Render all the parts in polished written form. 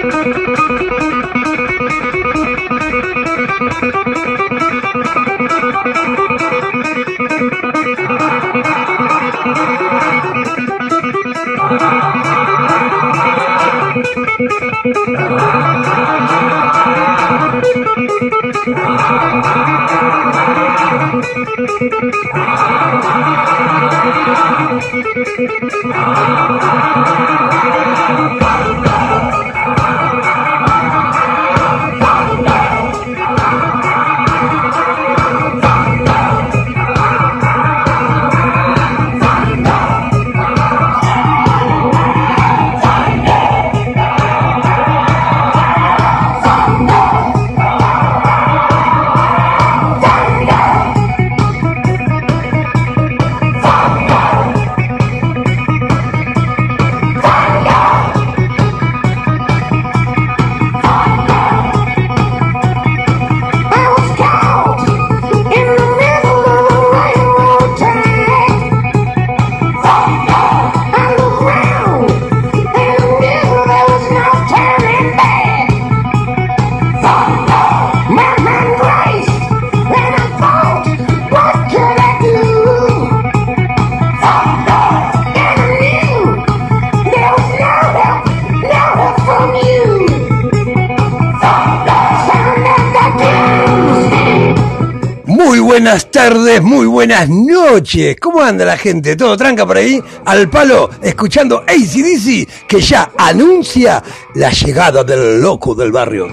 Buenas tardes, muy buenas noches. ¿Cómo anda la gente? ¿Todo tranca por ahí? Al palo, escuchando AC/DC, que ya anuncia la llegada del loco del barrio.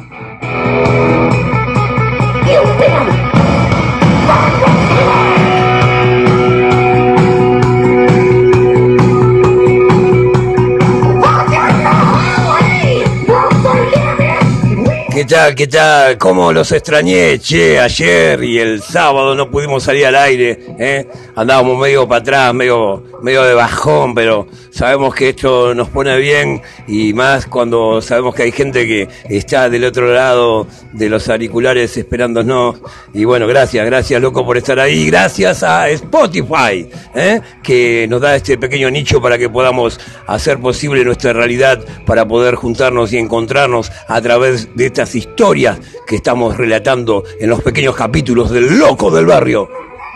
¿Qué tal? ¿Cómo los extrañé? Che, ayer y el sábado no pudimos salir al aire, ¿eh? Andábamos medio para atrás, medio de bajón, pero sabemos que esto nos pone bien, y más cuando sabemos que hay gente que está del otro lado de los auriculares esperándonos. Y bueno, gracias loco por estar ahí. Gracias a Spotify, que nos da este pequeño nicho para que podamos hacer posible nuestra realidad, para poder juntarnos y encontrarnos a través de estas historias que estamos relatando en los pequeños capítulos del loco del barrio.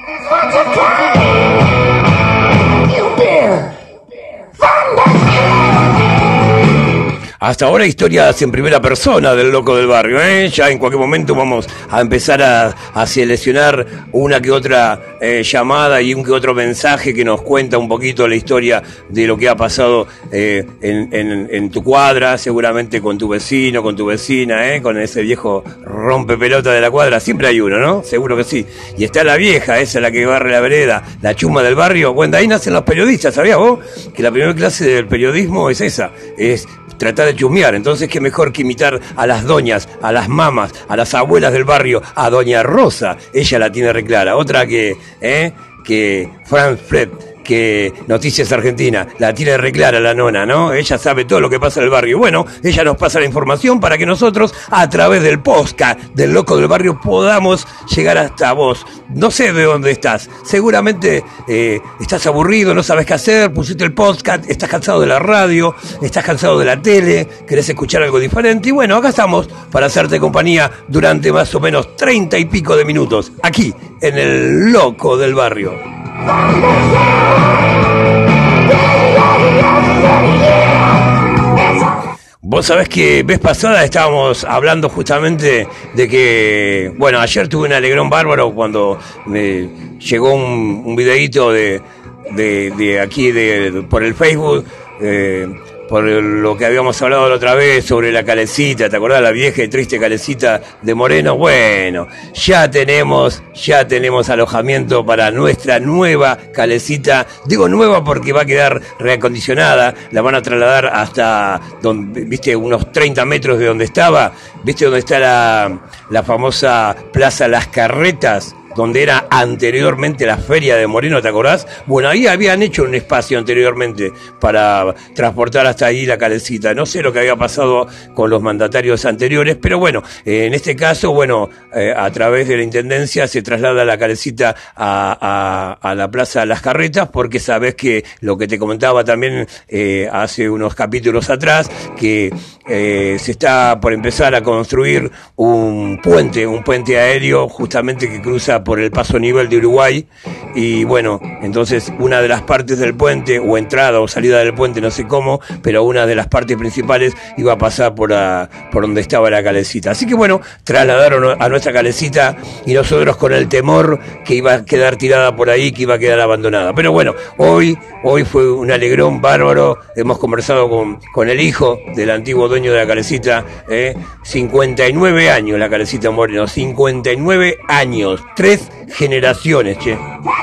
Hasta ahora historias en primera persona del loco del barrio, Ya en cualquier momento vamos a empezar a seleccionar una que otra llamada y un que otro mensaje que nos cuenta un poquito la historia de lo que ha pasado en tu cuadra, seguramente con tu vecino, con tu vecina, con ese viejo rompepelota de la cuadra. Siempre hay uno, ¿no? Seguro que sí. Y está la vieja, esa la que barre la vereda, la chuma del barrio. Bueno, ahí nacen los periodistas, ¿sabías vos? Que la primera clase del periodismo es esa, es tratar de chusmear. Entonces, qué mejor que imitar a las doñas, a las mamas, a las abuelas del barrio, a doña Rosa. Ella la tiene reclara. Otra que Franz Fred, que Noticias Argentina, la tiene reclara la nona, ¿no? Ella sabe todo lo que pasa en el barrio. Bueno, ella nos pasa la información para que nosotros, a través del podcast del loco del barrio, podamos llegar hasta vos. No sé de dónde estás. Seguramente estás aburrido, no sabes qué hacer, pusiste el podcast, estás cansado de la radio, estás cansado de la tele, querés escuchar algo diferente. Y bueno, acá estamos para hacerte compañía durante más o menos 30 y pico de minutos, aquí, en el loco del barrio. Vos sabés que vez pasada estábamos hablando justamente de que, bueno, ayer tuve un alegrón bárbaro cuando me llegó un videíto de aquí por el Facebook, por lo que habíamos hablado la otra vez sobre la calecita. ¿Te acordás? La vieja y triste calecita de Moreno. Bueno, ya tenemos alojamiento para nuestra nueva calecita. Digo nueva porque va a quedar reacondicionada. La van a trasladar hasta donde, viste, unos 30 metros de donde estaba. ¿Viste donde está la famosa Plaza Las Carretas? donde era anteriormente la Feria de Moreno, ¿te acordás? Bueno, ahí habían hecho un espacio anteriormente para transportar hasta ahí la calecita. No sé lo que había pasado con los mandatarios anteriores, pero bueno, en este caso, bueno, a través de la Intendencia se traslada la calecita a la Plaza de las Carretas, porque sabés que lo que te comentaba también hace unos capítulos atrás, que se está por empezar a construir un puente aéreo justamente que cruza por el paso nivel de Uruguay, y bueno, entonces una de las partes del puente, o entrada o salida del puente, no sé cómo, pero una de las partes principales iba a pasar por donde estaba la calecita. Así que bueno, trasladaron a nuestra calecita y nosotros con el temor que iba a quedar tirada por ahí, que iba a quedar abandonada. Pero bueno, hoy fue un alegrón bárbaro. Hemos conversado con el hijo del antiguo dueño de la calecita, 59 años la calecita Moreno, 59 años, 3 generaciones, che.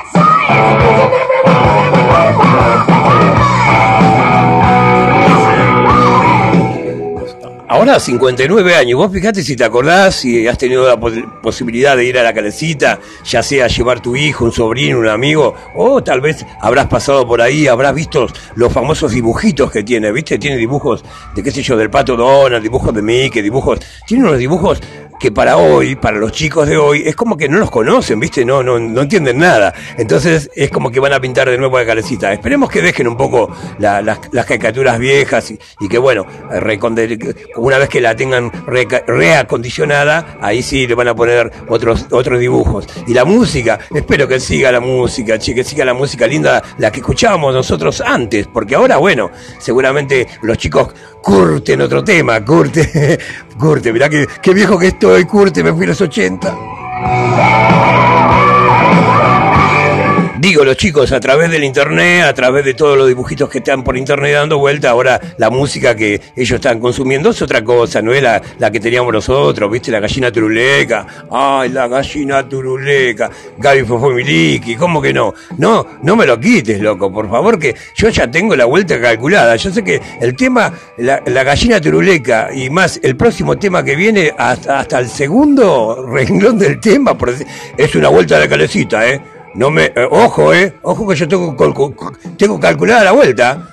Ahora 59 años, vos fijate si te acordás, si has tenido la posibilidad de ir a la calecita, ya sea llevar tu hijo, un sobrino, un amigo, o tal vez habrás pasado por ahí, habrás visto los famosos dibujitos que tiene, ¿viste? Tiene dibujos de, qué sé yo, del Pato Donald, dibujos de Mickey, tiene unos dibujos que para hoy, para los chicos de hoy, es como que no los conocen, ¿viste? No entienden nada. Entonces es como que van a pintar de nuevo la calecita. Esperemos que dejen un poco las caricaturas viejas y que, bueno, una vez que la tengan reacondicionada, ahí sí le van a poner otros dibujos. Y la música, espero que siga la música, che, que siga la música linda, la que escuchábamos nosotros antes, porque ahora, bueno, seguramente los chicos curten otro tema, curte, mirá qué viejo que estoy, curte, me fui a los 80. Digo, los chicos, a través del internet, a través de todos los dibujitos que están por internet dando vuelta, ahora la música que ellos están consumiendo es otra cosa, no es la que teníamos nosotros, ¿viste? La gallina turuleca, ay, la gallina turuleca, Gaby Fofó Miliki, ¿cómo que no? No me lo quites, loco, por favor, que yo ya tengo la vuelta calculada. Yo sé que el tema, la gallina turuleca, y más el próximo tema que viene, hasta el segundo renglón del tema, es una vuelta a la calecita, No me, ojo que yo tengo calculada la vuelta.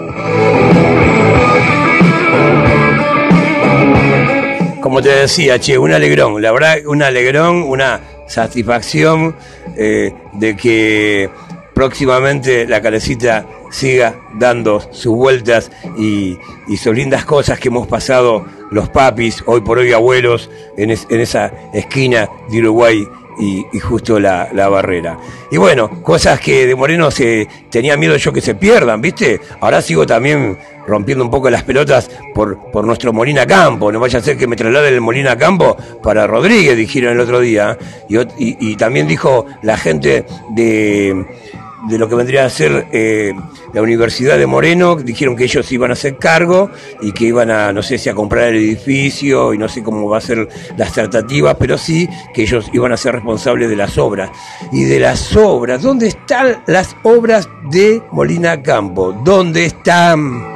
Como te decía, che, un alegrón, la verdad, un alegrón, una satisfacción de que próximamente la calecita siga dando sus vueltas y sus lindas cosas que hemos pasado los papis, hoy por hoy abuelos, en esa esquina de Uruguay y justo la barrera. Y bueno, cosas que de Moreno tenía miedo yo que se pierdan, ¿viste? Ahora sigo también rompiendo un poco las pelotas por nuestro Molina Campo. No vaya a ser que me trasladen el Molina Campo para Rodríguez, dijeron el otro día. Y también dijo la gente de lo que vendría a ser la Universidad de Moreno, dijeron que ellos iban a hacer cargo y que iban a, no sé si a comprar el edificio y no sé cómo va a ser las tratativas, pero sí que ellos iban a ser responsables de las obras. Y de las obras, ¿dónde están las obras de Molina Campo? ¿Dónde están?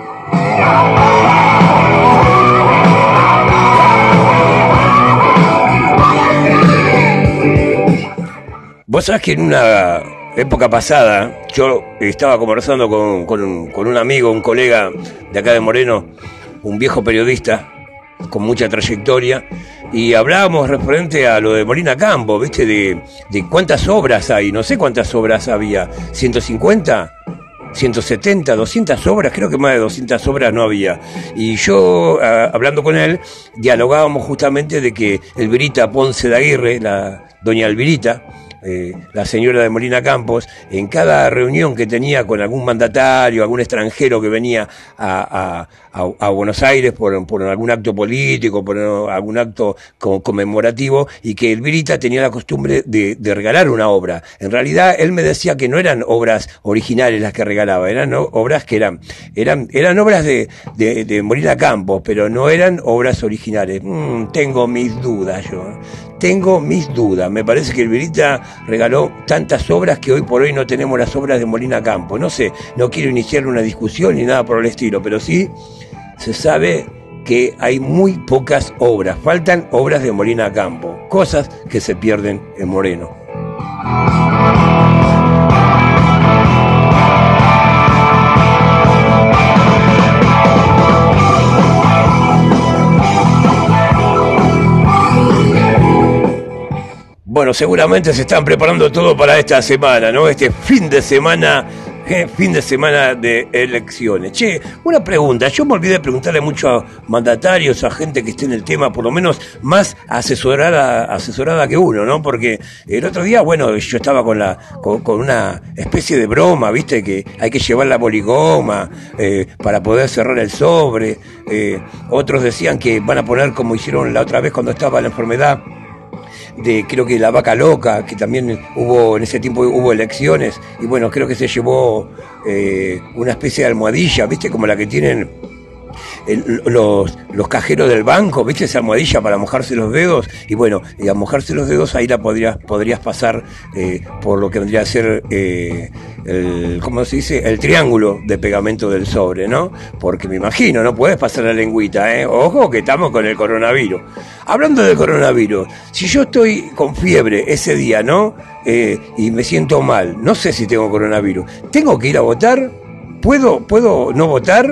Vos sabés que en una época pasada, yo estaba conversando con un amigo, un colega de acá de Moreno, un viejo periodista con mucha trayectoria, y hablábamos referente a lo de Molina Campo, ¿viste? De cuántas obras hay, no sé cuántas obras había, 150, 170, 200 obras, creo que más de 200 obras no había. Y yo, hablando con él, dialogábamos justamente de que Elvirita Ponce de Aguirre, la doña Elvirita, la señora de Molina Campos, en cada reunión que tenía con algún mandatario, algún extranjero que venía a Buenos Aires por algún acto político, por algún acto conmemorativo, y que Elvirita tenía la costumbre de regalar una obra. En realidad, él me decía que no eran obras originales las que regalaba, eran obras que eran obras de Molina Campos, pero no eran obras originales. Tengo mis dudas yo. Tengo mis dudas. Me parece que Elvirita regaló tantas obras que hoy por hoy no tenemos las obras de Molina Campo. No sé, no quiero iniciar una discusión ni nada por el estilo, pero sí se sabe que hay muy pocas obras. Faltan obras de Molina Campo, cosas que se pierden en Moreno. Bueno, seguramente se están preparando todo para esta semana, ¿no? Este fin de semana de elecciones. Che, una pregunta. Yo me olvidé de preguntarle mucho a mandatarios, a gente que esté en el tema, por lo menos más asesorada que uno, ¿no? Porque el otro día, bueno, yo estaba con una especie de broma, ¿viste? Que hay que llevar la poligoma para poder cerrar el sobre. Otros decían que van a poner, como hicieron la otra vez cuando estaba la enfermedad, creo que la vaca loca, que también en ese tiempo hubo elecciones, y bueno, creo que se llevó una especie de almohadilla, ¿viste? Como la que tienen los cajeros del banco, ¿viste? Esa almohadilla para mojarse los dedos, y bueno, a mojarse los dedos ahí podrías pasar por lo que vendría a ser ¿cómo se dice? El triángulo de pegamento del sobre, ¿no? Porque me imagino, no puedes pasar la lengüita, ojo que estamos con el coronavirus. Hablando de coronavirus, si yo estoy con fiebre ese día, ¿no? Y me siento mal, no sé si tengo coronavirus, ¿tengo que ir a votar? ¿Puedo no votar?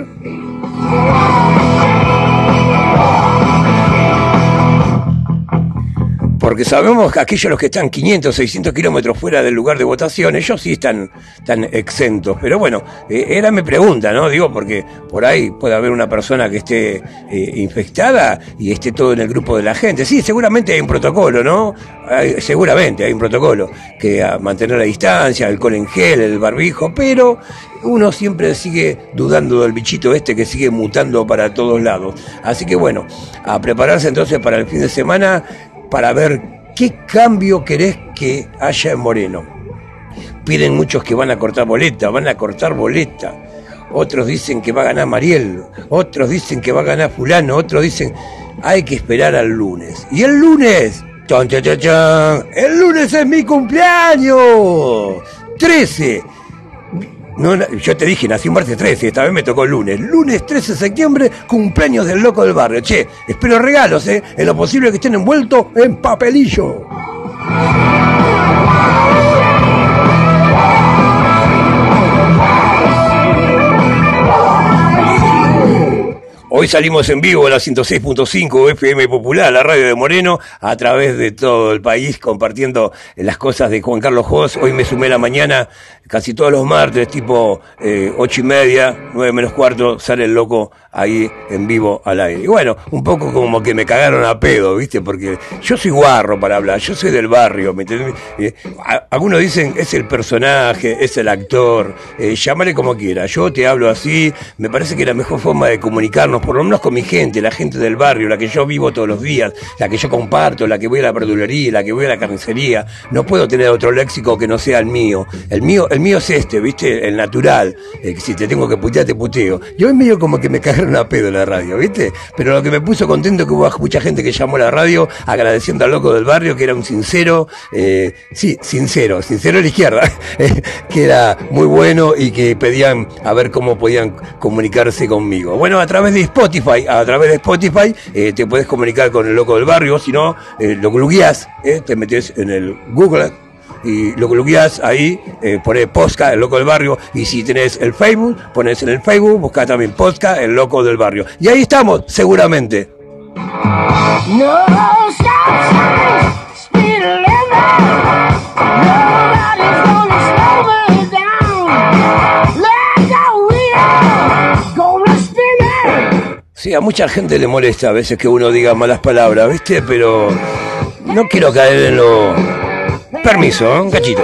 Porque sabemos que aquellos los que están 500, 600 kilómetros fuera del lugar de votación, ellos sí están exentos. Pero bueno, era mi pregunta, ¿no? Digo, porque por ahí puede haber una persona que esté infectada y esté todo en el grupo de la gente. Sí, seguramente hay un protocolo, ¿no? Seguramente hay un protocolo, que a mantener la distancia, el alcohol en gel, el barbijo, pero uno siempre sigue dudando del bichito que sigue mutando para todos lados. Así que bueno, a prepararse entonces para el fin de semana, para ver qué cambio querés que haya en Moreno. Piden muchos que van a cortar boleta. Otros dicen que va a ganar Mariel, otros dicen que va a ganar fulano, otros dicen hay que esperar al lunes. Y el lunes, ¡chan, chan, chan, chan! ¡El lunes es mi cumpleaños! 13. No, yo te dije, nací un martes 13, esta vez me tocó el lunes. Lunes 13 de septiembre, cumpleaños del loco del barrio. Che, espero regalos, en lo posible que estén envueltos en papelillo. Hoy salimos en vivo a la 106.5 FM Popular, la radio de Moreno, a través de todo el país, compartiendo las cosas de Juan Carlos Jos. Hoy me sumé la mañana, casi todos los martes, tipo 8:30, 9 menos cuarto, sale el loco ahí en vivo al aire. Y bueno, un poco como que me cagaron a pedo, ¿viste? Porque yo soy guarro para hablar, yo soy del barrio, ¿me entendés? Algunos dicen, es el personaje, es el actor, llámale como quiera. Yo te hablo así, me parece que la mejor forma de comunicarnos, por lo menos con mi gente, la gente del barrio, la que yo vivo todos los días, la que yo comparto, la que voy a la verdulería, la que voy a la carnicería, no puedo tener otro léxico que no sea el mío. El mío es ¿viste? El natural, que si te tengo que putear, te puteo. Yo es medio como que me cagaron a pedo en la radio, ¿viste? Pero lo que me puso contento es que hubo mucha gente que llamó a la radio agradeciendo al loco del barrio, que era un sincero, sincero a la izquierda, que era muy bueno y que pedían a ver cómo podían comunicarse conmigo. Bueno, a través de Spotify te puedes comunicar con el loco del barrio, si no, lo googleás, te metes en el Google y lo googleás ahí, ponés podcast, el loco del barrio, y si tenés el Facebook, ponés en el Facebook, buscás también podcast, el loco del barrio. Y ahí estamos, seguramente. No, sí, a mucha gente le molesta a veces que uno diga malas palabras, ¿viste? Pero no quiero caer en lo... Permiso, un cachito.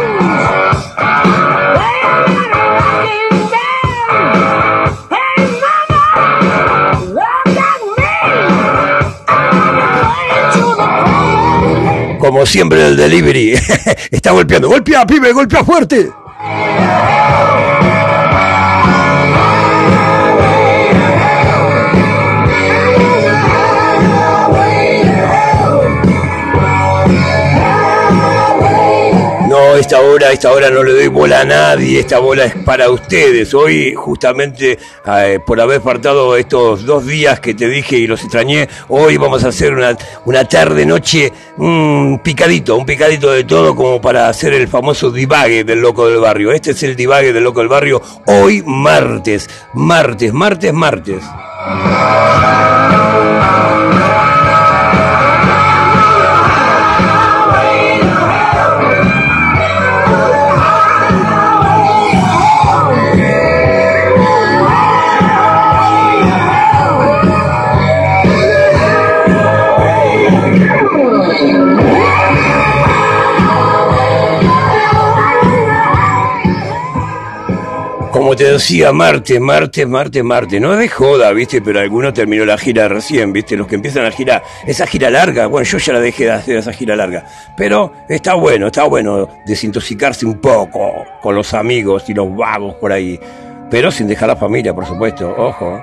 Como siempre el delivery está golpeando. ¡Golpea, pibe! ¡Golpea fuerte! Esta hora no le doy bola a nadie, esta bola es para ustedes. Hoy, justamente, por haber faltado estos 2 días que te dije y los extrañé, hoy vamos a hacer una tarde-noche, un picadito de todo, como para hacer el famoso divague del loco del barrio. Este es el divague del loco del barrio, hoy martes. como te decía, martes. No es de joda, ¿viste? Pero algunos terminó la gira recién, ¿viste? Los que empiezan la gira, esa gira larga, bueno, yo ya la dejé de hacer esa gira larga. Pero está bueno desintoxicarse un poco con los amigos y los vagos por ahí. Pero sin dejar la familia, por supuesto, ojo.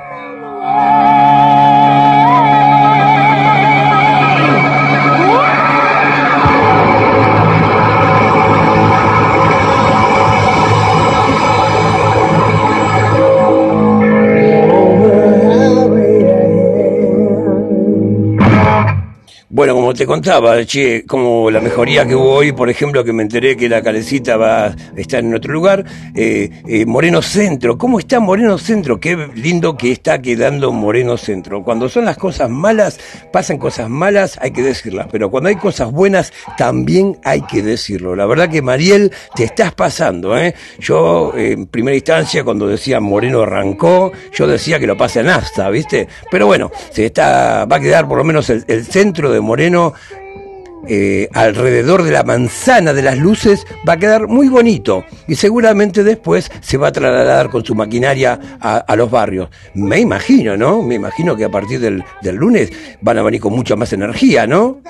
Bueno, como te contaba, como la mejoría que hubo hoy, por ejemplo, que me enteré que la Calecita va a estar en otro lugar, Moreno Centro, ¿cómo está Moreno Centro? Qué lindo que está quedando Moreno Centro. Cuando son las cosas malas, pasan cosas malas, hay que decirlas, pero cuando hay cosas buenas, también hay que decirlo. La verdad que, Mariel, te estás pasando, ¿eh? Yo, en primera instancia, cuando decía Moreno arrancó, yo decía que lo pase a Nafta, ¿viste? Pero bueno, va a quedar por lo menos el centro de Moreno, alrededor de la manzana de las luces, va a quedar muy bonito y seguramente después se va a trasladar con su maquinaria a los barrios. Me imagino, ¿no? Me imagino que a partir del lunes van a venir con mucha más energía, ¿no?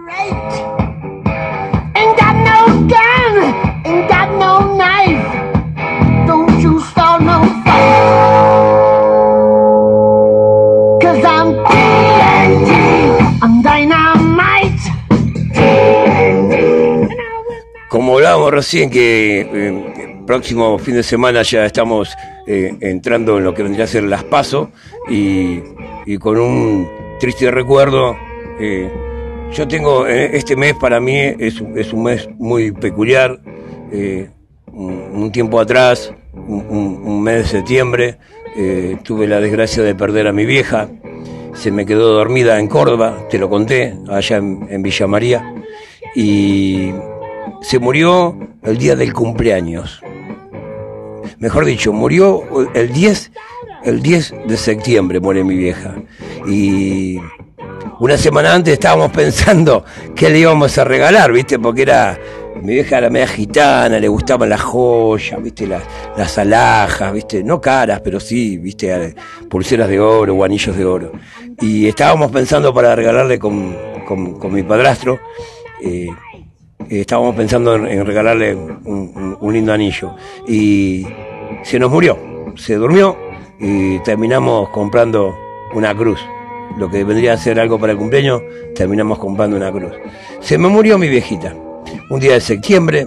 Como hablábamos recién que próximo fin de semana ya estamos entrando en lo que vendría a ser las PASO y con un triste recuerdo, yo tengo, este mes para mí es un mes muy peculiar. Un tiempo atrás, un mes de septiembre, tuve la desgracia de perder a mi vieja. Se me quedó dormida en Córdoba, te lo conté, allá en Villa María, y se murió el día del cumpleaños. Mejor dicho, murió el 10 de septiembre, muere mi vieja. Y una semana antes estábamos pensando qué le íbamos a regalar, ¿viste? Porque mi vieja era media gitana, le gustaban las joyas, ¿viste? Las alhajas, ¿viste? No caras, pero sí, ¿viste? Pulseras de oro o anillos de oro. Y estábamos pensando para regalarle con mi padrastro, estábamos pensando en regalarle un lindo anillo. Y se nos murió, se durmió y terminamos comprando una cruz. Lo que vendría a ser algo para el cumpleaños, terminamos comprando una cruz. Se me murió mi viejita. Un día de septiembre,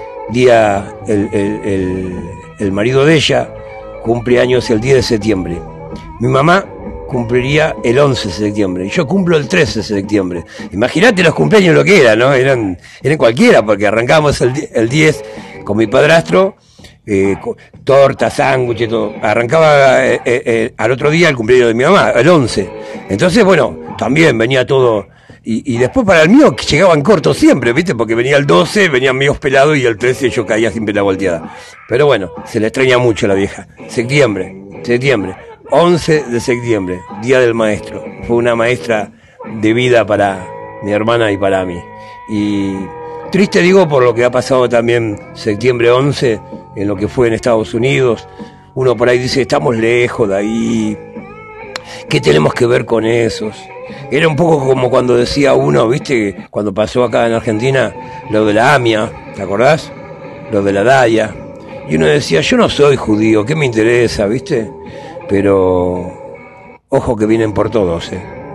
el marido de ella cumple años el 10 de septiembre. Mi mamá cumpliría el 11 de septiembre y yo cumplo el 13 de septiembre. Imagínate los cumpleaños lo que era, ¿no? Eran cualquiera, porque arrancábamos el 10 con mi padrastro, torta, sándwich, todo. Arrancaba al otro día el cumpleaños de mi mamá, el 11. Entonces, bueno, también venía todo. Y después para el mío llegaban cortos siempre, ¿viste? Porque venía el 12, venían medios pelados y el 13 yo caía siempre la volteada. Pero bueno, se le extraña mucho a la vieja. Septiembre. 11 de septiembre, Día del Maestro. Fue una maestra de vida para mi hermana y para mí. Y triste digo por lo que ha pasado también septiembre 11, en lo que fue en Estados Unidos. Uno por ahí dice, estamos lejos de ahí. ¿Qué tenemos que ver con esos? Era un poco como cuando decía uno, ¿viste? Cuando pasó acá en Argentina lo de la AMIA, ¿te acordás? Lo de la DAIA. Y uno decía, yo no soy judío, ¿qué me interesa, viste? Pero ojo que vienen por todos,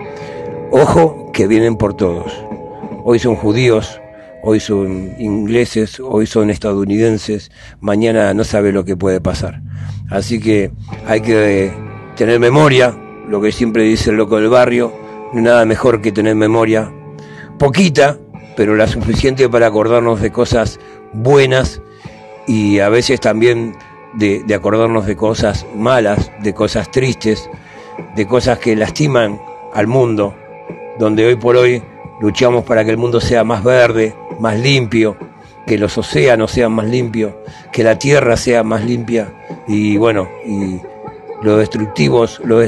Ojo que vienen por todos. Hoy son judíos, hoy son ingleses, hoy son estadounidenses, mañana no sabe lo que puede pasar. Así que hay que tener memoria, lo que siempre dice el loco del barrio, no hay nada mejor que tener memoria, poquita, pero la suficiente para acordarnos de cosas buenas y a veces también de acordarnos de cosas malas, de cosas tristes, de cosas que lastiman al mundo, donde hoy por hoy luchamos para que el mundo sea más verde, más limpio, que los océanos sean más limpios, que la tierra sea más limpia, y bueno, y los destructivos, los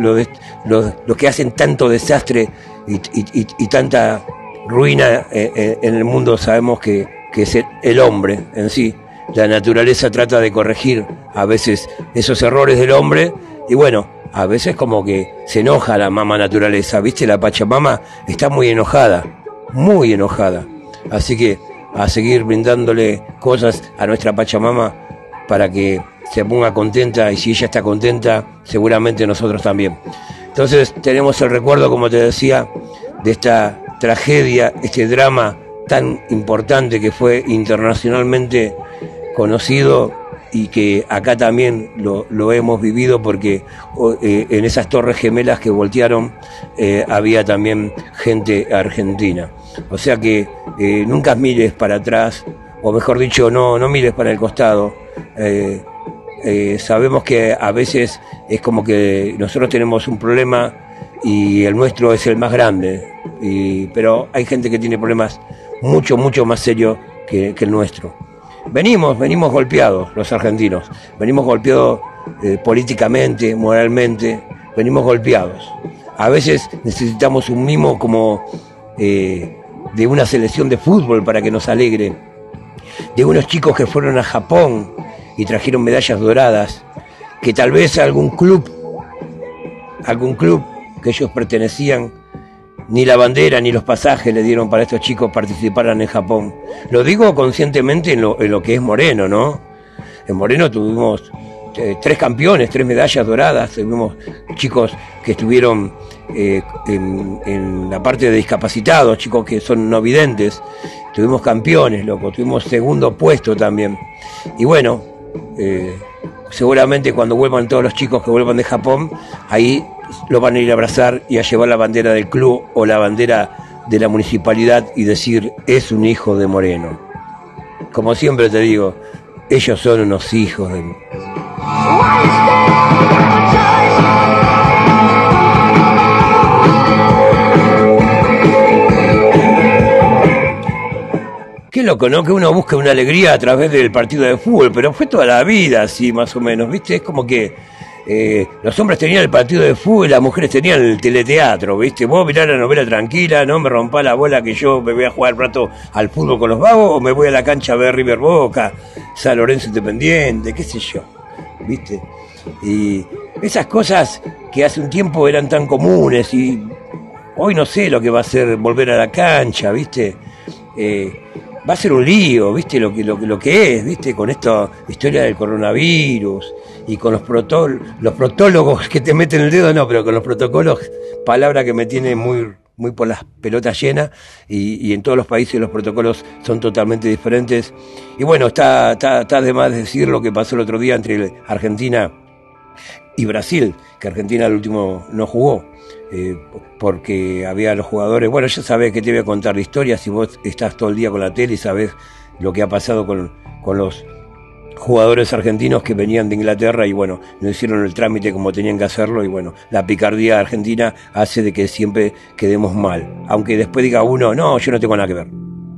que hacen tanto desastre y tanta ruina en el mundo, sabemos que es el hombre en sí. la naturaleza trata de corregir a veces esos errores del hombre, y bueno, a veces como que se enoja la mamá naturaleza, ¿viste? La Pachamama está muy enojada, así que a seguir brindándole cosas a nuestra Pachamama para que se ponga contenta, y si ella está contenta, seguramente nosotros también. Entonces tenemos el recuerdo, como te decía, de esta tragedia, este drama tan importante que fue internacionalmente conocido y que acá también lo hemos vivido, porque en esas torres gemelas que voltearon había también gente argentina. O sea que nunca mires para atrás, o mejor dicho, no mires para el costado. Sabemos que a veces es como que nosotros tenemos un problema y el nuestro es el más grande, pero hay gente que tiene problemas mucho más serios que el nuestro. Venimos golpeados los argentinos, venimos golpeados políticamente, moralmente, venimos golpeados. A veces necesitamos un mimo como de una selección de fútbol para que nos alegre, de unos chicos que fueron a Japón y trajeron medallas doradas, que tal vez algún club que ellos pertenecían, ni la bandera ni los pasajes le dieron para estos chicos participaran en Japón. Lo digo conscientemente en lo que es Moreno, ¿no? En Moreno tuvimos 3 campeones, 3 medallas doradas, tuvimos chicos que estuvieron en la parte de discapacitados, chicos que son no videntes, tuvimos campeones, loco, tuvimos segundo puesto también. Y bueno, seguramente cuando vuelvan todos los chicos que vuelvan de Japón, ahí lo van a ir a abrazar y a llevar la bandera del club o la bandera de la municipalidad y decir, es un hijo de Moreno. Como siempre te digo, ellos son unos hijos de... Qué loco, ¿no? Que uno busca una alegría a través del partido de fútbol, pero fue toda la vida así, más o menos, ¿viste? Es como que los hombres tenían el partido de fútbol y las mujeres tenían el teleteatro, ¿viste? Vos mirá la novela tranquila, no me rompa la bola que yo me voy a jugar un rato al fútbol con los vagos, o me voy a la cancha a ver River Boca, San Lorenzo Independiente, qué sé yo, ¿viste? Y esas cosas que hace un tiempo eran tan comunes y hoy no sé lo que va a ser volver a la cancha, ¿viste? Va a ser un lío, ¿viste? Lo que es, ¿viste? Con esta historia del coronavirus y con los protólogos que te meten el dedo, no, pero con los protocolos, palabra que me tiene muy por las pelotas llenas, y en todos los países los protocolos son totalmente diferentes. Y bueno, está de más decir lo que pasó el otro día entre Argentina y Brasil, que Argentina al último no jugó. Porque había los jugadores, bueno, ya sabés que te voy a contar la historia, si vos estás todo el día con la tele y sabés lo que ha pasado con los jugadores argentinos que venían de Inglaterra y bueno, no hicieron el trámite como tenían que hacerlo, y bueno, la picardía argentina hace de que siempre quedemos mal, aunque después diga uno, no, yo no tengo nada que ver.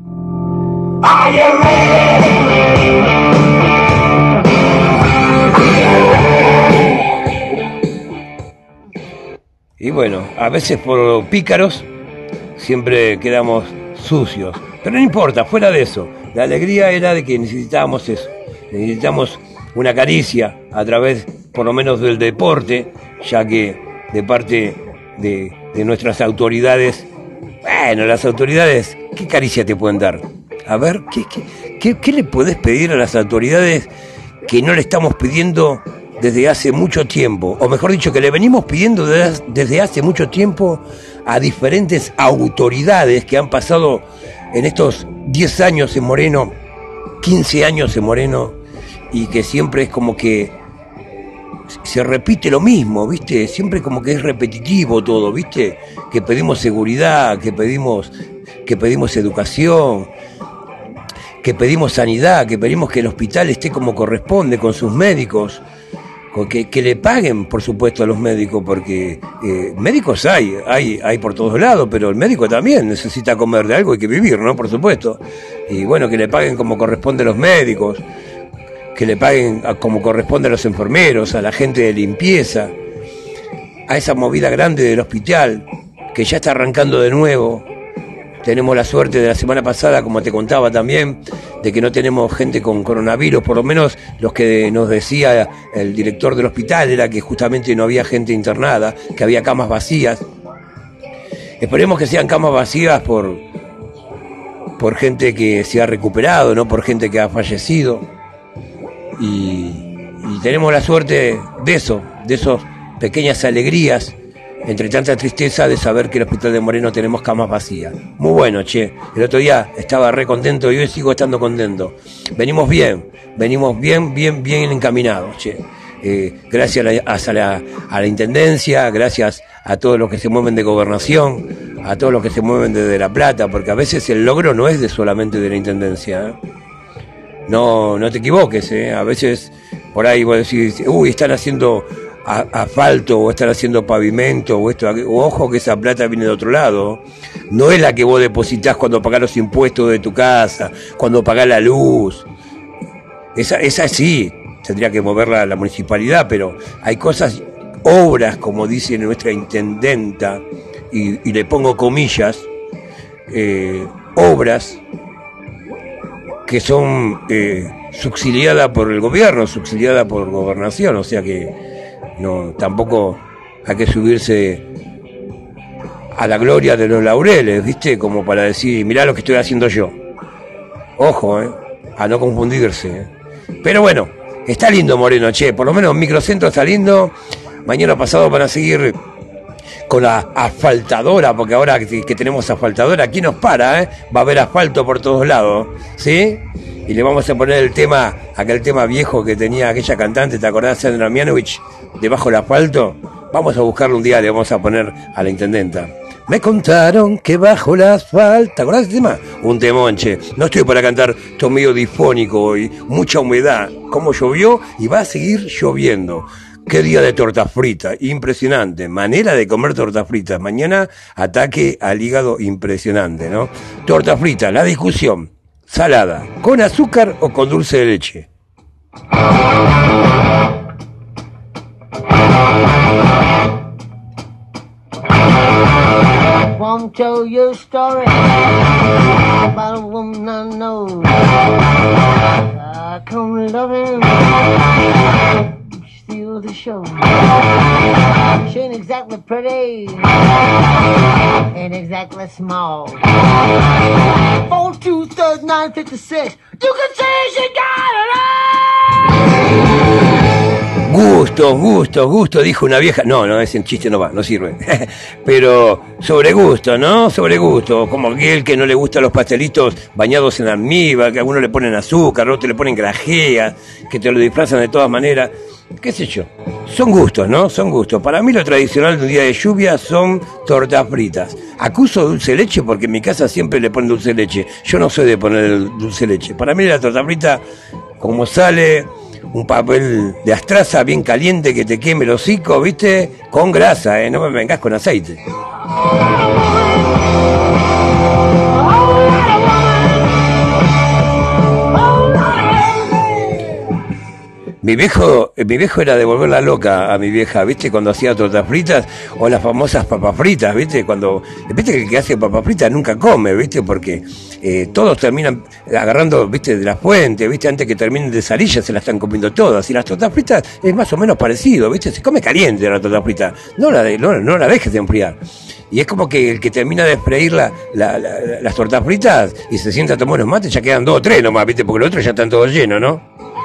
Y bueno, a veces por pícaros siempre quedamos sucios. Pero no importa, fuera de eso. La alegría era de que necesitábamos eso. Necesitamos una caricia a través, por lo menos, del deporte, ya que de parte de nuestras autoridades, bueno, las autoridades, ¿qué caricia te pueden dar? A ver, ¿qué le podés pedir a las autoridades que no le estamos pidiendo desde hace mucho tiempo? O mejor dicho, que le venimos pidiendo desde hace mucho tiempo a diferentes autoridades que han pasado en estos 10 años en Moreno, 15 años en Moreno, y que siempre es como que se repite lo mismo, ¿viste? Siempre como que es repetitivo todo, ¿viste? Que pedimos seguridad, que pedimos educación, que pedimos sanidad, que pedimos que el hospital esté como corresponde con sus médicos, que le paguen, por supuesto, a los médicos, porque médicos hay por todos lados, pero el médico también necesita comer de algo, hay que vivir, ¿no? Por supuesto. Y bueno, que le paguen como corresponde a los médicos, que le paguen como corresponde a los enfermeros, a la gente de limpieza, a esa movida grande del hospital, que ya está arrancando de nuevo, tenemos la suerte de la semana pasada, como te contaba también, de que no tenemos gente con coronavirus, por lo menos los que nos decía el director del hospital era que justamente no había gente internada, que había camas vacías. Esperemos que sean camas vacías por gente que se ha recuperado, no por gente que ha fallecido. Y tenemos la suerte de eso, de esas pequeñas alegrías, entre tanta tristeza de saber que en el Hospital de Moreno tenemos camas vacías. Muy bueno, che. El otro día estaba re contento y hoy sigo estando contento. Venimos bien encaminados, che. Gracias a la Intendencia, gracias a todos los que se mueven de Gobernación, a todos los que se mueven desde La Plata, porque a veces el logro no es solamente de la Intendencia, ¿eh? No te equivoques, ¿eh? A veces por ahí vos decís, están haciendo asfalto o están haciendo pavimento o esto, ojo que esa plata viene de otro lado, no es la que vos depositas cuando pagás los impuestos de tu casa, cuando pagás la luz, esa sí tendría que moverla la municipalidad, pero hay cosas, obras, como dice nuestra intendenta, y le pongo comillas, obras que son subsidiadas por el gobierno, subsidiadas por Gobernación, o sea que no, tampoco hay que subirse a la gloria de los laureles, ¿viste? Como para decir, mirá lo que estoy haciendo yo. Ojo, a no confundirse. Pero bueno, está lindo Moreno, che, por lo menos Microcentro está lindo. Mañana pasado van a seguir con la asfaltadora, porque ahora que tenemos asfaltadora, aquí nos para, va a haber asfalto por todos lados, ¿sí? Y le vamos a poner aquel tema viejo que tenía aquella cantante, ¿te acordás, Sandra Mianovich? Debajo del asfalto. Vamos a buscarlo un día, le vamos a poner a la intendenta. Me contaron que bajo el asfalto, ¿te acordás de ese tema? Un temonche. No estoy para cantar, estoy medio difónico y mucha humedad. Cómo llovió y va a seguir lloviendo. Qué día de tortas fritas, impresionante. Manera de comer tortas fritas. Mañana ataque al hígado impresionante, ¿no? Tortas fritas, la discusión. Salada, ¿con azúcar o con dulce de leche? Won't tell you a story about a woman I know. I come loving, steal the show. She ain't exactly pretty, ain't exactly small. 4, 2, 3, 9, 56. You can say she got it all. Gusto, dijo una vieja. No, ese chiste no va, no sirve. Pero sobre gusto, ¿no? Sobre gusto. Como aquel que no le gustan los pastelitos bañados en almíbar, que a algunos le ponen azúcar, a otros le ponen grajea, que te lo disfrazan de todas maneras. Qué sé yo. Son gustos, ¿no? Son gustos. Para mí lo tradicional de un día de lluvia son tortas fritas. Acuso dulce de leche porque en mi casa siempre le ponen dulce de leche. Yo no soy de poner dulce de leche. Para mí la torta frita, como sale un papel de astraza bien caliente que te queme el hocico, ¿viste? Con grasa, no me vengas con aceite. Mi viejo era de volverla loca a mi vieja, ¿viste? Cuando hacía tortas fritas o las famosas papas fritas, ¿viste? ¿Viste que el que hace papas fritas nunca come, ¿viste? Porque todos terminan agarrando, ¿viste? De la fuente, ¿viste? Antes que terminen de salir ya se las están comiendo todas. Y las tortas fritas es más o menos parecido, ¿viste? Se come caliente la torta frita, no la dejes de enfriar. Y es como que el que termina de freír las tortas fritas y se sienta a tomar unos mates, ya quedan 2 o 3 nomás, ¿viste? Porque los otros ya están todos llenos, ¿no?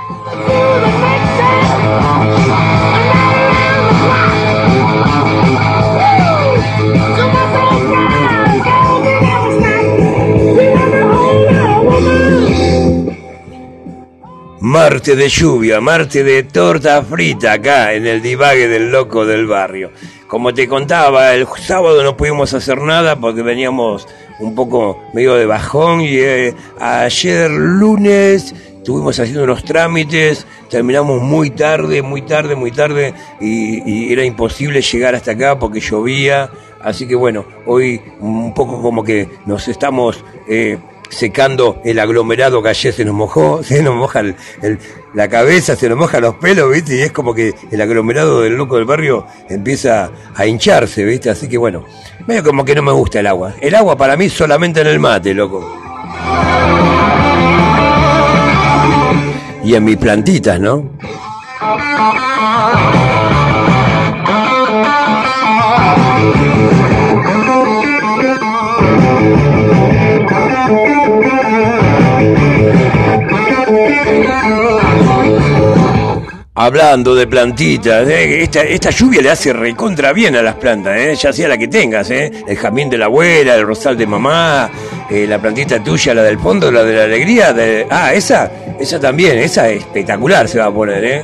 Martes de lluvia, martes de torta frita acá en el divague del loco del barrio. Como te contaba, el sábado no pudimos hacer nada porque veníamos un poco medio de bajón y ayer lunes estuvimos haciendo unos trámites, terminamos muy tarde y era imposible llegar hasta acá porque llovía. Así que bueno, hoy un poco como que nos estamos secando el aglomerado que ayer se nos mojó, se nos moja la cabeza, se nos moja los pelos, ¿viste? Y es como que el aglomerado del loco del barrio empieza a hincharse, ¿viste? Así que bueno, medio como que no me gusta el agua. El agua para mí solamente en el mate, loco. Y en mis plantitas, ¿no? Hablando de plantitas, esta lluvia le hace recontra bien a las plantas, ya sea la que tengas, el jazmín de la abuela, el rosal de mamá, la plantita tuya, la del fondo, la de la alegría, esa también, esa es espectacular se va a poner,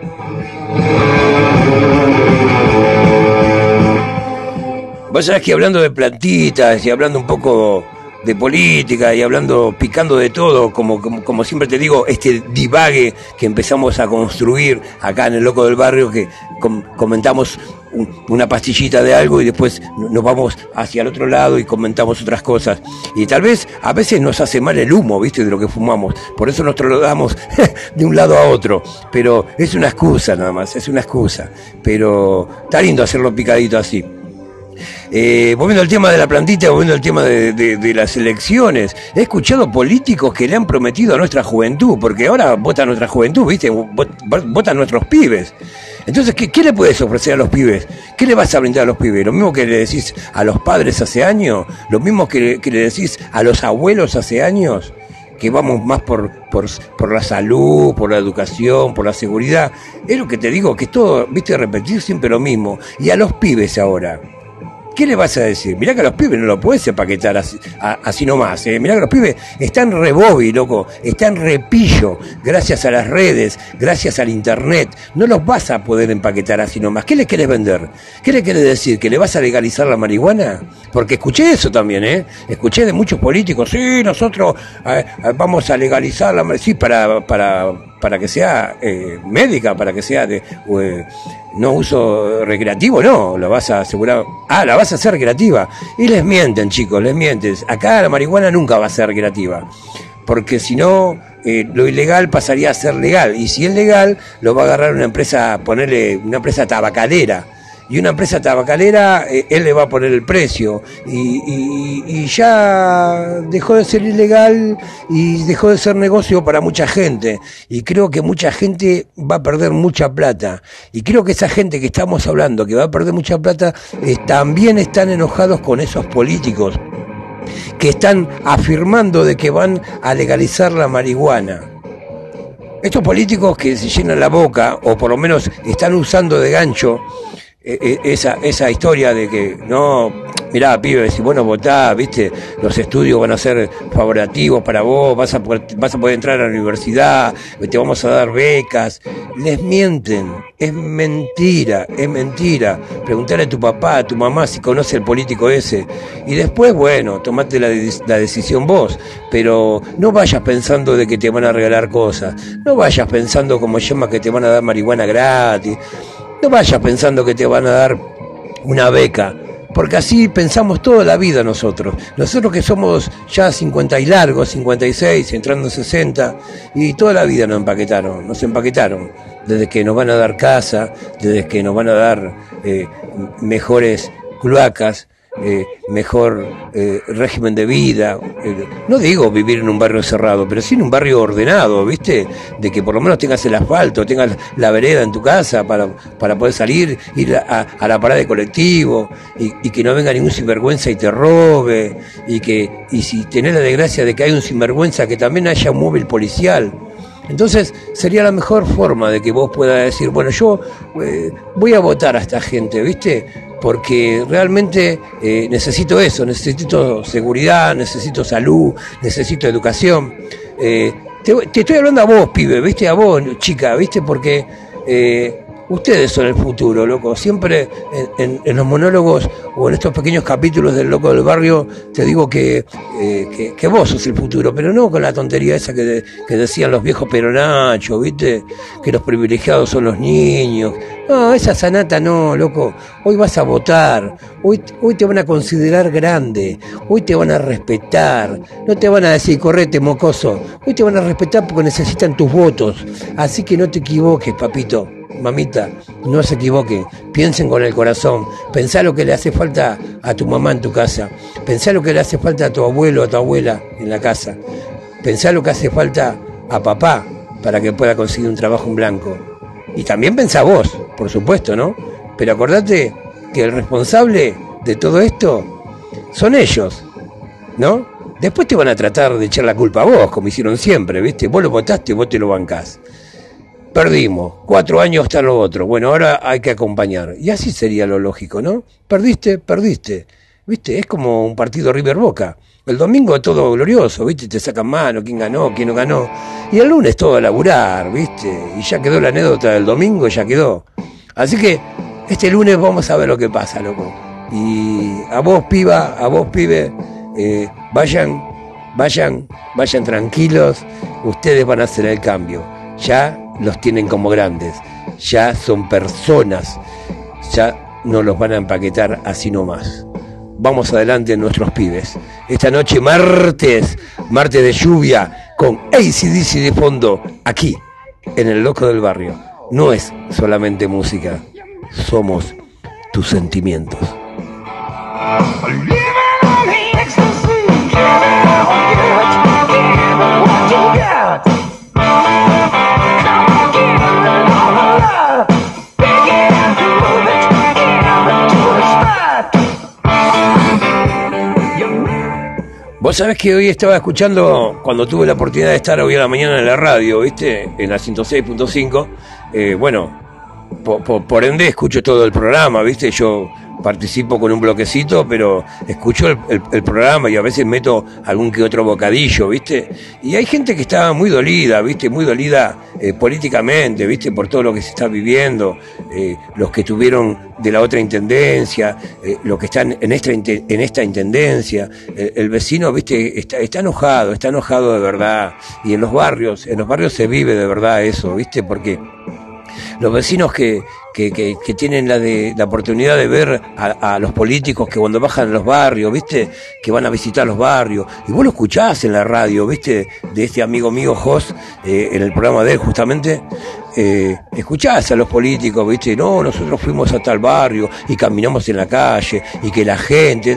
Vos sabés que hablando de plantitas y hablando un poco de política y hablando, picando de todo, como siempre te digo, este divague que empezamos a construir acá en el Loco del Barrio, que comentamos una pastillita de algo y después nos vamos hacia el otro lado y comentamos otras cosas. Y tal vez a veces nos hace mal el humo, ¿viste? De lo que fumamos. Por eso nos trasladamos de un lado a otro. Pero es una excusa nada más, es una excusa. Pero está lindo hacerlo picadito así. Volviendo al tema de la plantita, volviendo al tema de las elecciones, he escuchado políticos que le han prometido a nuestra juventud, porque ahora vota nuestra juventud, ¿viste? Votan nuestros pibes. Entonces, ¿qué le puedes ofrecer a los pibes? ¿Qué le vas a brindar a los pibes? ¿Lo mismo que le decís a los padres hace años? ¿Lo mismo que le decís a los abuelos hace años? Que vamos más por la salud, por la educación, por la seguridad. Es lo que te digo, que es todo, ¿viste? Repetir siempre lo mismo. Y a los pibes ahora, ¿qué le vas a decir? Mirá que a los pibes no lo puedes empaquetar así nomás, Mirá que los pibes están rebobi, loco, están repillo, gracias a las redes, gracias al internet. No los vas a poder empaquetar así nomás. ¿Qué les querés vender? ¿Qué les querés decir? ¿Que le vas a legalizar la marihuana? Porque escuché eso también, Escuché de muchos políticos, sí, nosotros vamos a legalizar la marihuana, sí, para que sea médica, para que sea de no uso recreativo, no, lo vas a asegurar, la vas a hacer recreativa. Y les mienten, chicos, les mienten. Acá la marihuana nunca va a ser recreativa, porque si no, lo ilegal pasaría a ser legal, y si es legal, lo va a agarrar una empresa, ponerle una empresa tabacalera. Y una empresa tabacalera, él le va a poner el precio. Y ya dejó de ser ilegal y dejó de ser negocio para mucha gente. Y creo que mucha gente va a perder mucha plata. Y creo que esa gente que estamos hablando, que va a perder mucha plata, también están enojados con esos políticos que están afirmando de que van a legalizar la marihuana. Estos políticos que se llenan la boca, o por lo menos están usando de gancho esa historia de que no, mirá, pibe, si vos no votás, viste, los estudios van a ser favorativos para vos, vas a poder entrar a la universidad, te vamos a dar becas. Les mienten, es mentira. Preguntale a tu papá, a tu mamá si conoce al político ese, y después, bueno, tomate la decisión vos, pero no vayas pensando de que te van a regalar cosas, no vayas pensando como llama que te van a dar marihuana gratis. No vayas pensando que te van a dar una beca, porque así pensamos toda la vida nosotros. Nosotros que somos ya 50 y largos, 56, entrando en 60, y toda la vida nos empaquetaron. Desde que nos van a dar casa, desde que nos van a dar mejores cloacas, mejor régimen de vida, no digo vivir en un barrio cerrado, pero sí en un barrio ordenado, ¿viste? De que por lo menos tengas el asfalto, tengas la vereda en tu casa para poder salir, ir a la parada de colectivo, y que no venga ningún sinvergüenza y te robe, y si tenés la desgracia de que hay un sinvergüenza, que también haya un móvil policial. Entonces sería la mejor forma de que vos puedas decir, bueno, yo voy a votar a esta gente, ¿viste? Porque realmente necesito eso, necesito seguridad, necesito salud, necesito educación. Te estoy hablando a vos, pibe, ¿viste? A vos, chica, ¿viste? Porque Ustedes son el futuro, loco. Siempre en los monólogos o en estos pequeños capítulos del Loco del Barrio te digo que vos sos el futuro, pero no con la tontería esa que decían los viejos peronachos, ¿viste? Que los privilegiados son los niños. No, esa sanata no, loco. Hoy vas a votar, hoy te van a considerar grande, hoy te van a respetar, no te van a decir correte, mocoso. Hoy te van a respetar porque necesitan tus votos. Así que no te equivoques, papito. Mamita, no se equivoquen, piensen con el corazón, pensá lo que le hace falta a tu mamá en tu casa, pensá lo que le hace falta a tu abuelo o a tu abuela en la casa, pensá lo que hace falta a papá para que pueda conseguir un trabajo en blanco. Y también pensá vos, por supuesto, ¿no? Pero acordate que el responsable de todo esto son ellos, ¿no? Después te van a tratar de echar la culpa a vos, como hicieron siempre, ¿viste? Vos lo votaste, vos te lo bancás. Perdimos, 4 años está lo otro, bueno, ahora hay que acompañar. Y así sería lo lógico, ¿no? Perdiste, ¿viste? Es como un partido River Boca. El domingo es todo glorioso, ¿viste? Te sacan mano, quién ganó, quién no ganó. Y el lunes todo a laburar, ¿viste? Y ya quedó la anécdota del domingo, ya quedó. Así que este lunes vamos a ver lo que pasa, loco. Y a vos, piba, a vos, pibe, vayan tranquilos, ustedes van a hacer el cambio. Ya los tienen como grandes, ya son personas, ya no los van a empaquetar así nomás. Vamos adelante en nuestros pibes. Esta noche martes de lluvia, con AC/DC de fondo, aquí, en el Loco del Barrio. No es solamente música, somos tus sentimientos. Vos sabés que hoy estaba escuchando, cuando tuve la oportunidad de estar hoy a la mañana en la radio, ¿viste? En la 106.5, bueno, por ende escucho todo el programa, ¿viste? Yo participo con un bloquecito, pero escucho el programa y a veces meto algún que otro bocadillo, ¿viste? Y hay gente que está muy dolida, ¿viste? Muy dolida políticamente, ¿viste? Por todo lo que se está viviendo, los que tuvieron de la otra intendencia, los que están en esta intendencia, el vecino, ¿viste? Está enojado de verdad. Y en los barrios se vive de verdad eso, ¿viste? Porque los vecinos que tienen la oportunidad de ver a los políticos que cuando bajan a los barrios, ¿viste? Que van a visitar los barrios, y vos lo escuchás en la radio, ¿viste? De este amigo mío Jos, en el programa de él justamente, escuchás a los políticos, ¿viste? No, nosotros fuimos a tal barrio y caminamos en la calle y que la gente...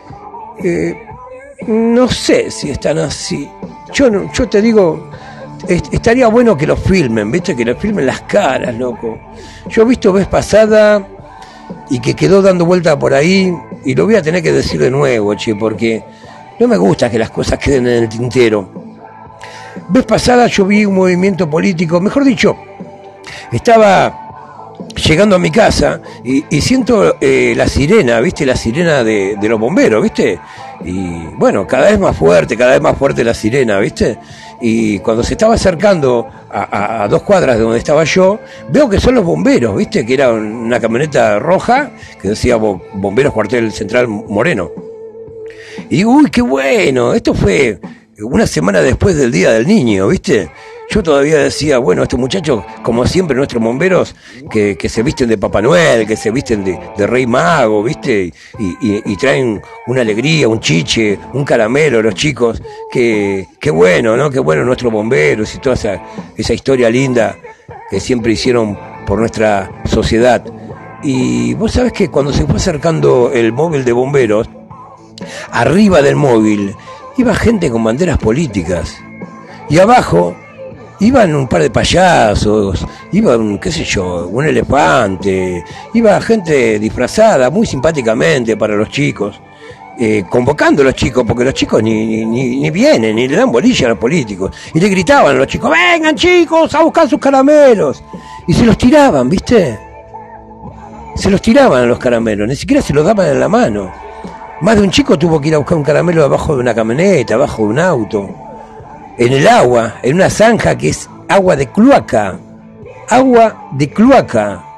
no sé si están así. Yo te digo... Estaría bueno que lo filmen, ¿viste? Que lo filmen las caras, loco. Yo he visto vez pasada y que quedó dando vuelta por ahí, y lo voy a tener que decir de nuevo, che, porque no me gusta que las cosas queden en el tintero. Vez pasada yo vi un movimiento político, mejor dicho, estaba llegando a mi casa y siento la sirena, ¿viste? La sirena de los bomberos, ¿viste? Y bueno, cada vez más fuerte la sirena, ¿viste? Y cuando se estaba acercando a 2 cuadras de donde estaba yo, veo que son los bomberos, ¿viste? Que era una camioneta roja que decía Bomberos Cuartel Central Moreno. Y uy, qué bueno, esto fue una semana después del Día del Niño, ¿viste? Yo todavía decía, bueno, estos muchachos, como siempre nuestros bomberos, que se visten de Papá Noel, que se visten de Rey Mago, ¿viste? Y traen una alegría, un chiche, un caramelo, los chicos. Qué bueno, ¿no? Qué bueno nuestros bomberos y toda esa historia linda que siempre hicieron por nuestra sociedad. Y vos sabés que cuando se fue acercando el móvil de bomberos, arriba del móvil iba gente con banderas políticas. Y abajo iban un par de payasos, iban, qué sé yo, un elefante, iba gente disfrazada muy simpáticamente para los chicos, convocando a los chicos, porque los chicos ni vienen, ni le dan bolilla a los políticos, y le gritaban a los chicos, vengan chicos a buscar sus caramelos, y se los tiraban, ¿viste? Se los tiraban a los caramelos, ni siquiera se los daban en la mano. Más de un chico tuvo que ir a buscar un caramelo abajo de una camioneta, abajo de un auto, en el agua, en una zanja que es agua de cloaca,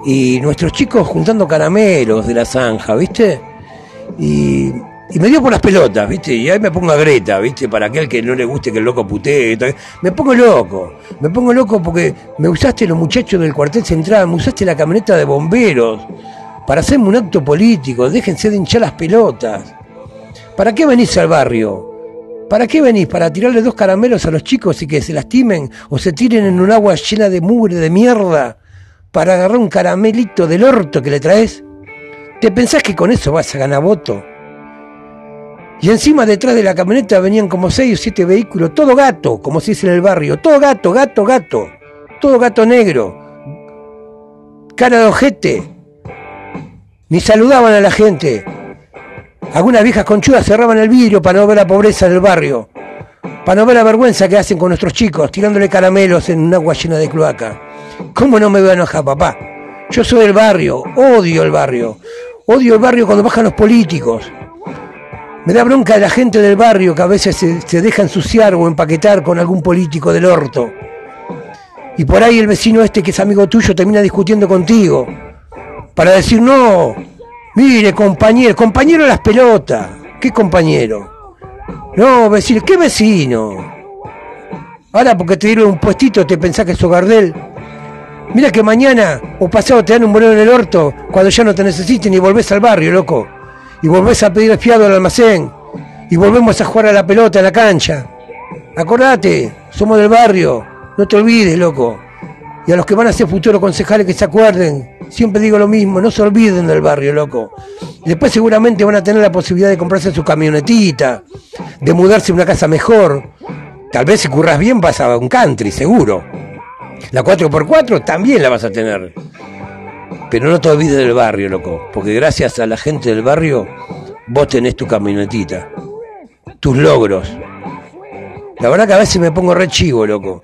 y nuestros chicos juntando caramelos de la zanja, ¿viste? Y me dio por las pelotas, ¿viste? Y ahí me pongo a Greta, ¿viste? Para aquel que no le guste que el loco putee. Me pongo loco porque me usaste los muchachos del cuartel central, me usaste la camioneta de bomberos para hacerme un acto político. Déjense de hinchar las pelotas. ¿Para qué venís al barrio? ¿Para qué venís? ¿Para tirarle 2 caramelos a los chicos y que se lastimen o se tiren en un agua llena de mugre, de mierda, para agarrar un caramelito del orto que le traes? ¿Te pensás que con eso vas a ganar voto? Y encima detrás de la camioneta venían como 6 o 7 vehículos, todo gato, como se dice en el barrio, todo gato, todo gato negro, cara de ojete, ni saludaban a la gente. Algunas viejas conchudas cerraban el vidrio para no ver la pobreza del barrio, para no ver la vergüenza que hacen con nuestros chicos, tirándole caramelos en un agua llena de cloaca. ¿Cómo no me voy a enojar, papá? Yo soy del barrio, odio el barrio cuando bajan los políticos. Me da bronca de la gente del barrio que a veces se deja ensuciar o empaquetar con algún político del orto. Y por ahí el vecino este que es amigo tuyo termina discutiendo contigo para decir, no, mire compañero de las pelotas. ¿Qué compañero? No, vecino, ¿qué vecino? Ahora porque te dieron un puestito te pensás que sos Gardel. Mira que mañana o pasado te dan un bolón en el orto cuando ya no te necesiten y volvés al barrio, loco. Y volvés a pedir fiado al almacén. Y volvemos a jugar a la pelota en la cancha. Acordate, somos del barrio. No te olvides, loco. Y a los que van a ser futuros concejales que se acuerden. Siempre digo lo mismo, no se olviden del barrio, loco. Y después seguramente van a tener la posibilidad de comprarse su camionetita. De mudarse a una casa mejor. Tal vez si curras bien vas a un country, seguro. La 4x4 también la vas a tener. Pero no te olvides del barrio, loco, porque gracias a la gente del barrio vos tenés tu camionetita, tus logros. La verdad que a veces me pongo re chivo, loco,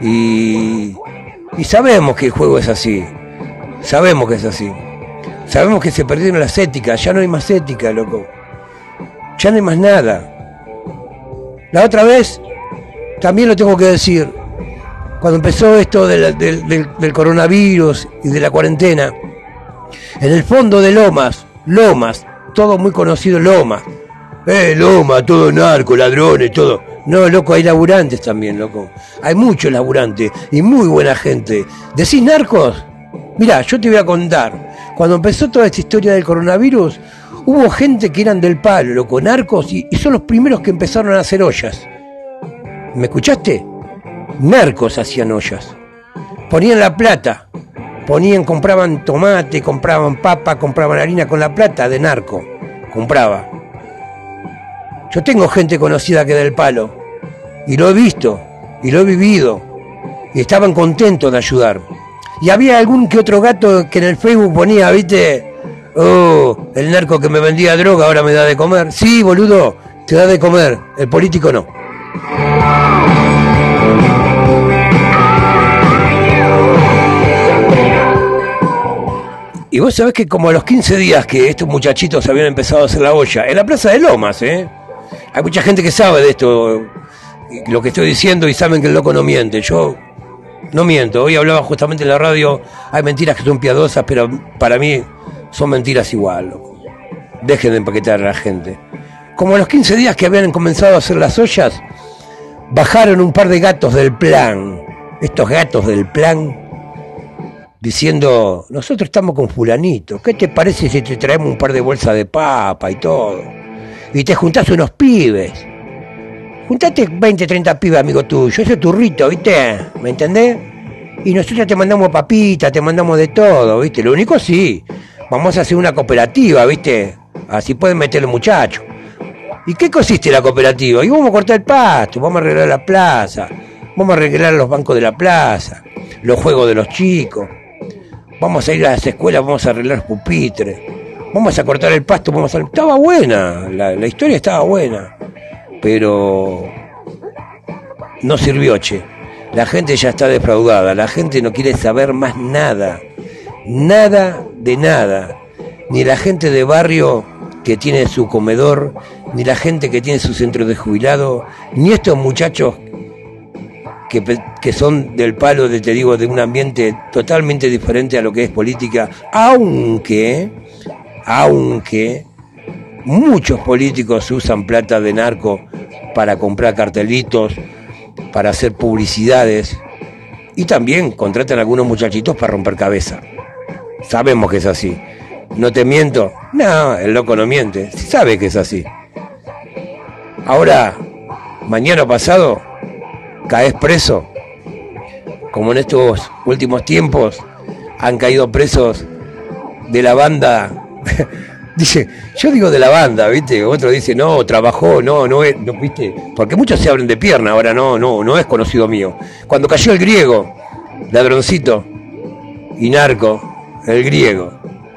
y sabemos que el juego es así, sabemos que es así, sabemos que se perdieron las éticas, ya no hay más ética, loco, ya no hay más nada. La otra vez, también lo tengo que decir, cuando empezó esto del coronavirus y de la cuarentena, en el fondo de Lomas, todo muy conocido Lomas, todo narco, ladrones, todo. No, loco, hay laburantes también, loco. Hay muchos laburantes y muy buena gente. ¿Decís narcos? Mirá, yo te voy a contar. Cuando empezó toda esta historia del coronavirus, hubo gente que eran del palo, loco, narcos, y son los primeros que empezaron a hacer ollas. ¿Me escuchaste? Narcos hacían ollas. Ponían la plata. Compraban tomate, compraban papa, compraban harina con la plata de narco. Compraba. Yo tengo gente conocida que del palo. Y lo he visto. Y lo he vivido. Y estaban contentos de ayudar. Y había algún que otro gato que en el Facebook ponía, ¿viste? Oh, el narco que me vendía droga ahora me da de comer. Sí, boludo, te da de comer. El político no. Y vos sabés que como a los 15 días que estos muchachitos habían empezado a hacer la olla, en la plaza de Lomas, hay mucha gente que sabe de esto, lo que estoy diciendo, y saben que el loco no miente. Yo no miento. Hoy hablaba justamente en la radio, hay mentiras que son piadosas, pero para mí son mentiras igual, loco. Dejen de empaquetar a la gente. Como a los 15 días que habían comenzado a hacer las ollas, bajaron un par de gatos del plan. Estos gatos del plan, diciendo, nosotros estamos con fulanito, ¿qué te parece si te traemos un par de bolsas de papa y todo? Y te juntás unos pibes. Juntate 20, 30 pibes, amigo tuyo, ese turrito, ¿viste? ¿Me entendés? Y nosotros te mandamos papitas, te mandamos de todo, ¿viste? Lo único sí, vamos a hacer una cooperativa, ¿viste? Así pueden meter los muchachos. ¿Y qué consiste la cooperativa? Y vamos a cortar el pasto, vamos a arreglar la plaza, vamos a arreglar los bancos de la plaza, los juegos de los chicos. Vamos a ir a las escuelas, vamos a arreglar pupitres, vamos a cortar el pasto, vamos a... Estaba buena, la historia estaba buena, pero no sirvió, che. La gente ya está defraudada, la gente no quiere saber más nada, nada de nada. Ni la gente de barrio que tiene su comedor, ni la gente que tiene su centro de jubilado, ni estos muchachos que son del palo de, te digo, de un ambiente totalmente diferente a lo que es política, aunque muchos políticos usan plata de narco para comprar cartelitos, para hacer publicidades, y también contratan a algunos muchachitos para romper cabeza. Sabemos que es así. ¿No te miento? No, el loco no miente, sabe que es así. Ahora, mañana pasado, caes preso, como en estos últimos tiempos han caído presos de la banda. Dice, yo digo de la banda, ¿viste? Otro dice, no, trabajó, no es, no, ¿viste? Porque muchos se abren de pierna, ahora no es conocido mío. Cuando cayó el griego, ladroncito y narco, el griego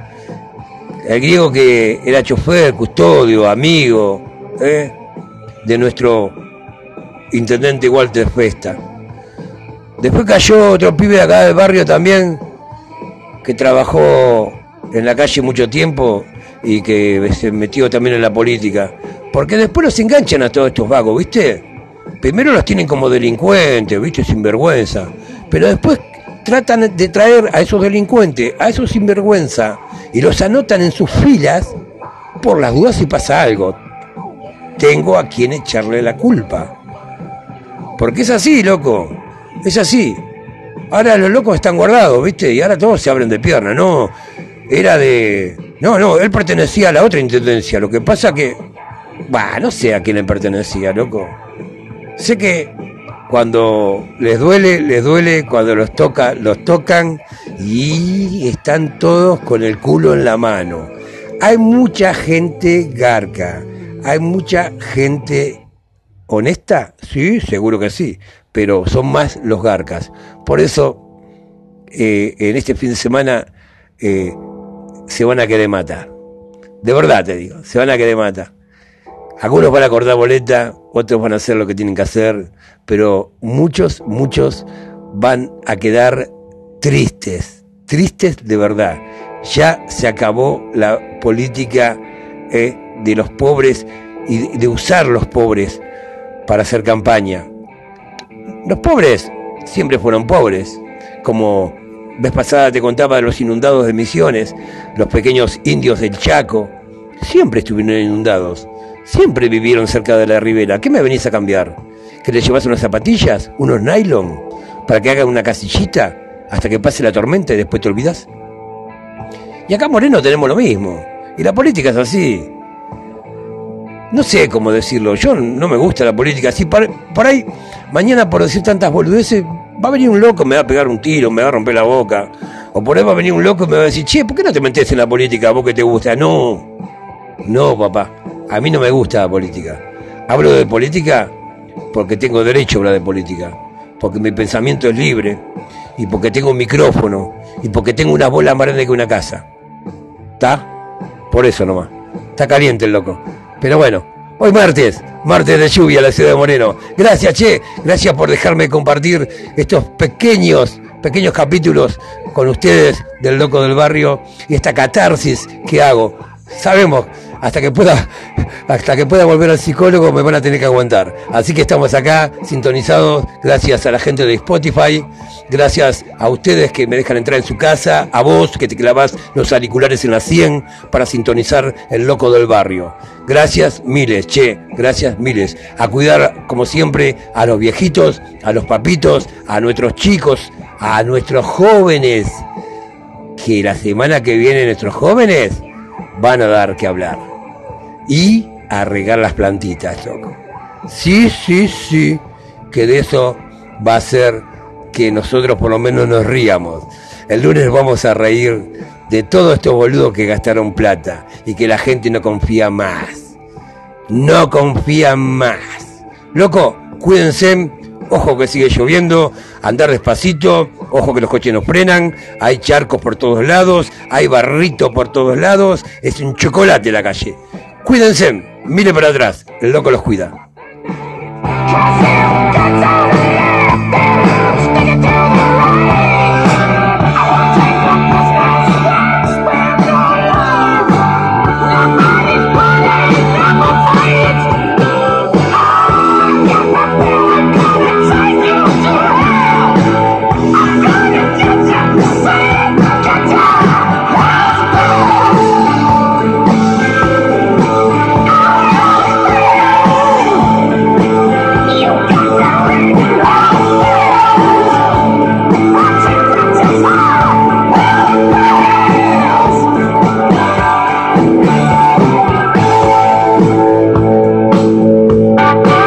que era chofer, custodio, amigo, de nuestro intendente Walter Festa. Después cayó otro pibe de acá del barrio también, que trabajó en la calle mucho tiempo y que se metió también en la política. Porque después los enganchan a todos estos vagos, ¿viste? Primero los tienen como delincuentes, ¿viste? Sinvergüenza. Pero después tratan de traer a esos delincuentes, a esos sinvergüenza, y los anotan en sus filas por las dudas si pasa algo. Tengo a quien echarle la culpa. Porque es así, loco. Es así. Ahora los locos están guardados, ¿viste? Y ahora todos se abren de pierna. No, era de... No, él pertenecía a la otra intendencia. Lo que pasa que... no sé a quién le pertenecía, loco. Sé que cuando les duele, cuando los tocan y están todos con el culo en la mano. Hay mucha gente garca. Hay mucha gente honesta, sí, seguro que sí, pero son más los garcas. Por eso, en este fin de semana se van a querer matar. De verdad te digo, se van a querer matar. Algunos van a cortar boleta, otros van a hacer lo que tienen que hacer, pero muchos van a quedar tristes de verdad. Ya se acabó la política de los pobres y de usar los pobres para hacer campaña. Los pobres siempre fueron pobres, como vez pasada te contaba de los inundados de Misiones, los pequeños indios del Chaco, siempre estuvieron inundados, siempre vivieron cerca de la ribera. ¿Qué me venís a cambiar? ¿Que le llevas unas zapatillas, unos nylon, para que hagan una casillita hasta que pase la tormenta y después te olvidás? Y acá en Moreno tenemos lo mismo, y la política es así. No sé cómo decirlo, yo no me gusta la política así. Por ahí, mañana por decir tantas boludeces, va a venir un loco, me va a pegar un tiro, me va a romper la boca. O por ahí va a venir un loco y me va a decir, che, ¿por qué no te metés en la política, vos que te gusta? No, papá, a mí no me gusta la política. Hablo de política porque tengo derecho a hablar de política, porque mi pensamiento es libre, y porque tengo un micrófono, y porque tengo una bola más grande que una casa. ¿Está? Por eso nomás. Está caliente el loco. Pero bueno, hoy martes de lluvia en la ciudad de Moreno. Gracias, che, gracias por dejarme compartir estos pequeños capítulos con ustedes del Loco del Barrio y esta catarsis que hago. Sabemos, hasta que pueda volver al psicólogo me van a tener que aguantar. Así que estamos acá sintonizados, gracias a la gente de Spotify, gracias a ustedes que me dejan entrar en su casa, a vos que te clavas los auriculares en la 100 para sintonizar el Loco del Barrio. Gracias miles, che, gracias miles. A cuidar, como siempre, a los viejitos, a los papitos, a nuestros chicos, a nuestros jóvenes, que la semana que viene nuestros jóvenes van a dar que hablar. Y a regar las plantitas, loco. Sí, que de eso va a ser que nosotros por lo menos nos ríamos. El lunes vamos a reír de todos estos boludos que gastaron plata y que la gente no confía más. No confía más. Loco, cuídense. Ojo que sigue lloviendo, andar despacito, ojo que los coches nos frenan, hay charcos por todos lados, hay barrito por todos lados, es un chocolate la calle. Cuídense, mire para atrás, el loco los cuida.